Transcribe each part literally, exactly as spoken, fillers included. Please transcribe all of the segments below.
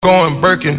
going Birkin.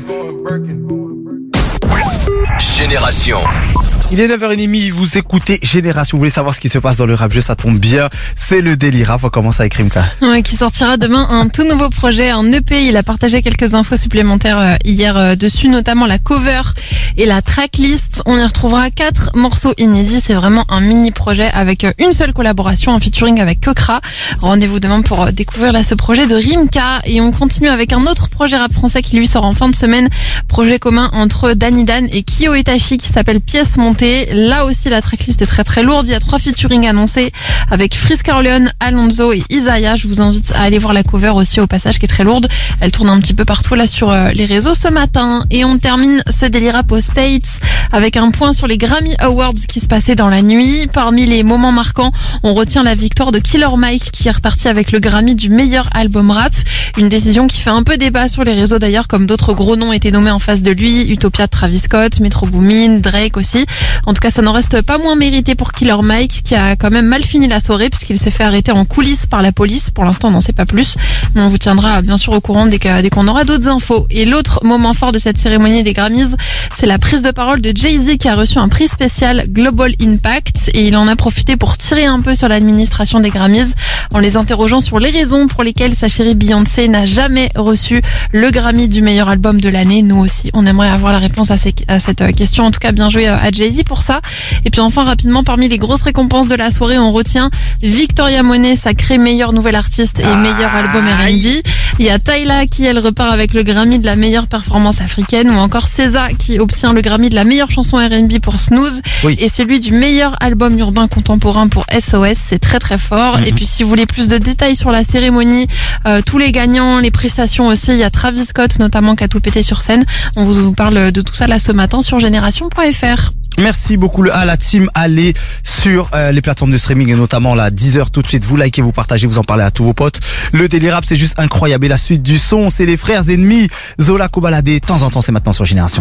Génération. Il est neuf heures trente, vous écoutez Génération, vous voulez savoir ce qui se passe dans le rap jeu, ça tombe bien, c'est le délire rap, on commence avec Rimka. Ouais, qui sortira demain un tout nouveau projet, un E P, il a partagé quelques infos supplémentaires euh, hier euh, dessus, notamment la cover et la tracklist. On y retrouvera quatre morceaux inédits, c'est vraiment un mini projet avec euh, une seule collaboration, un featuring avec Kokra. Rendez-vous demain pour euh, découvrir là ce projet de Rimka, et on continue avec un autre projet rap français qui lui sort en fin de semaine, projet commun entre Danny Dan et Kyo Itachi qui s'appelle Pièce montée. Là aussi la tracklist est très très lourde, il y a trois featuring annoncés avec Frisk Orleans, Alonso et Isaiah. Je vous invite à aller voir la cover aussi au passage qui est très lourde, elle tourne un petit peu partout là sur les réseaux ce matin. Et on termine ce délire rap aux States avec un point sur les Grammy Awards qui se passaient dans la nuit. Parmi les moments marquants, on retient la victoire de Killer Mike qui est reparti avec le Grammy du meilleur album rap, une décision qui fait un peu débat sur les réseaux d'ailleurs, comme d'autres gros noms étaient nommés en face de lui, Utopia de Travis Scott, Metro Boomin, Drake aussi. En tout cas, ça n'en reste pas moins mérité pour Killer Mike qui a quand même mal fini la soirée puisqu'il s'est fait arrêter en coulisses par la police. Pour l'instant, on n'en sait pas plus, mais on vous tiendra bien sûr au courant dès que- dès qu'on aura d'autres infos. Et l'autre moment fort de cette cérémonie des Grammys, c'est la prise de parole de Jay-Z qui a reçu un prix spécial Global Impact, et il en a profité pour tirer un peu sur l'administration des Grammys en les interrogeant sur les raisons pour lesquelles sa chérie Beyoncé n'a jamais reçu le Grammy du meilleur album de l'année. Nous aussi, on aimerait avoir la réponse à, ces, à cette question. En tout cas, bien joué à Jay-Z pour ça. Et puis enfin, rapidement, parmi les grosses récompenses de la soirée, on retient Victoria Monet, sacrée meilleure nouvelle artiste et meilleur album R and B. Il y a Tyla qui, elle, repart avec le Grammy de la meilleure performance africaine, ou encore SZA qui obtient le Grammy de la meilleure chanson R and B pour Snooze, Oui. et celui du meilleur album urbain contemporain pour S O S. C'est très très fort. Mm-hmm. Et puis si vous voulez plus de détails sur la cérémonie, euh, tous les gagnants, les prestations aussi, il y a Travis Scott notamment qui a tout pété sur scène. On vous parle de tout ça là ce matin sur génération point F R. Merci beaucoup à la team, allez sur euh, les plateformes de streaming et notamment la Deezer tout de suite, vous likez, vous partagez, vous en parlez à tous vos potes. Le délire rap c'est juste incroyable, et la suite du son c'est les frères ennemis, Zola Kobalade, de temps en temps c'est maintenant sur Génération.